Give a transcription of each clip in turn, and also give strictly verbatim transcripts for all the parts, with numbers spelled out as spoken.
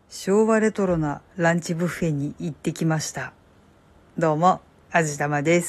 昭和レトロなランチブッフェに行ってきました。どうも、あじたまです。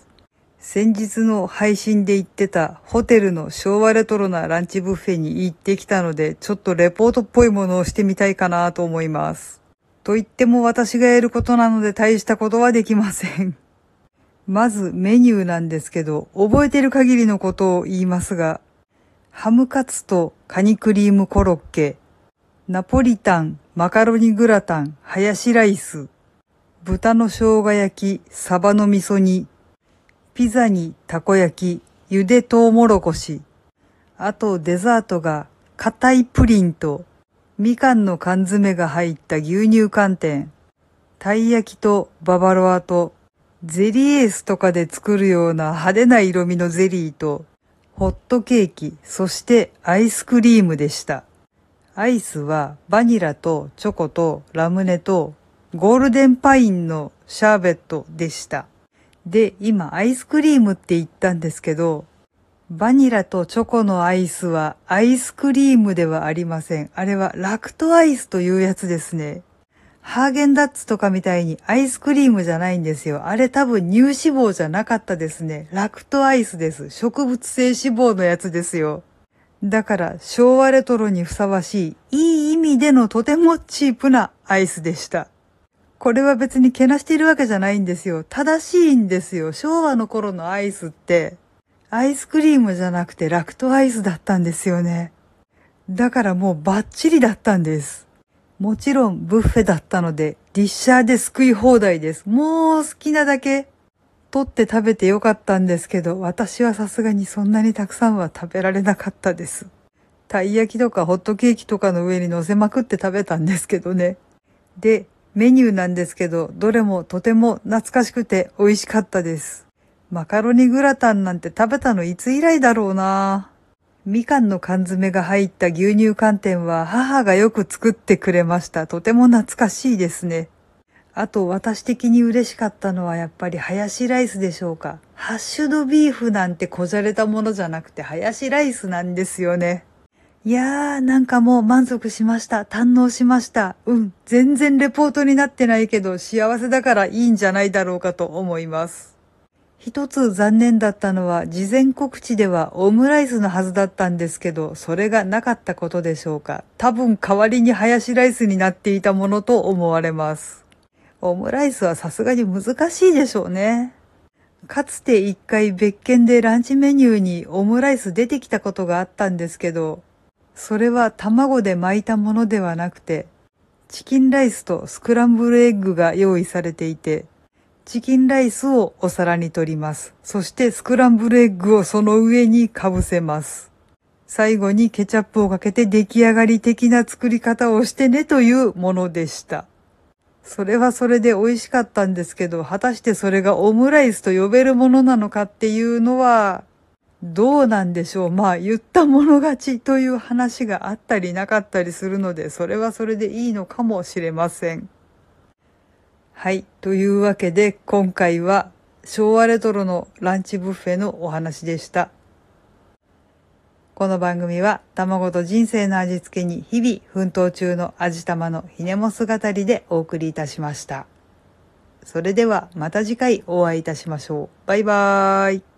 先日の配信で言ってたホテルの昭和レトロなランチブッフェに行ってきたので、ちょっとレポートっぽいものをしてみたいかなと思います。と言っても私がやることなので大したことはできません。まずメニューなんですけど、覚えてる限りのことを言いますが、ハムカツとカニクリームコロッケ、ナポリタン、マカロニグラタン、ハヤシライス、豚の生姜焼き、サバの味噌煮、ピザにたこ焼き、ゆでトウモロコシ、あとデザートが硬いプリンと、みかんの缶詰が入った牛乳寒天、たい焼きとババロアと、ゼリーエースとかで作るような派手な色味のゼリーと、ホットケーキ、そしてアイスクリームでした。アイスはバニラとチョコとラムネとゴールデンパインのシャーベットでした。で、今アイスクリームって言ったんですけど、バニラとチョコのアイスはアイスクリームではありません。あれはラクトアイスというやつですね。ハーゲンダッツとかみたいにアイスクリームじゃないんですよ。あれ多分乳脂肪じゃなかったですね。ラクトアイスです。植物性脂肪のやつですよ。だから昭和レトロにふさわしい、いい意味でのとてもチープなアイスでした。これは別にけなしているわけじゃないんですよ。正しいんですよ。昭和の頃のアイスって、アイスクリームじゃなくてラクトアイスだったんですよね。だからもうバッチリだったんです。もちろんブッフェだったので、ディッシャーですくい放題です。もう好きなだけ取って食べてよかったんですけど、私はさすがにそんなにたくさんは食べられなかったです。たい焼きとかホットケーキとかの上に乗せまくって食べたんですけどね。で、メニューなんですけど、どれもとても懐かしくて美味しかったです。マカロニグラタンなんて食べたのいつ以来だろうな。みかんの缶詰が入った牛乳寒天は母がよく作ってくれました。とても懐かしいですね。あと私的に嬉しかったのはやっぱりハヤシライスでしょうか。ハッシュドビーフなんてこじゃれたものじゃなくてハヤシライスなんですよね。いやーなんかもう満足しました。堪能しました。うん。全然レポートになってないけど幸せだからいいんじゃないだろうかと思います。一つ残念だったのは事前告知ではオムライスのはずだったんですけど、それがなかったことでしょうか。多分代わりにハヤシライスになっていたものと思われます。オムライスはさすがに難しいでしょうね。かつて一回別件でランチメニューにオムライス出てきたことがあったんですけど、それは卵で巻いたものではなくて、チキンライスとスクランブルエッグが用意されていて、チキンライスをお皿に取ります。そしてスクランブルエッグをその上にかぶせます。最後にケチャップをかけて出来上がり的な作り方をしてねというものでした。それはそれで美味しかったんですけど、果たしてそれがオムライスと呼べるものなのかっていうのは、どうなんでしょう。まあ言ったもの勝ちという話があったりなかったりするので、それはそれでいいのかもしれません。はい。というわけで、今回は昭和レトロのランチブッフェのお話でした。この番組は卵と人生の味付けに日々奮闘中の味玉のひねもす語りでお送りいたしました。それではまた次回お会いいたしましょう。バイバーイ。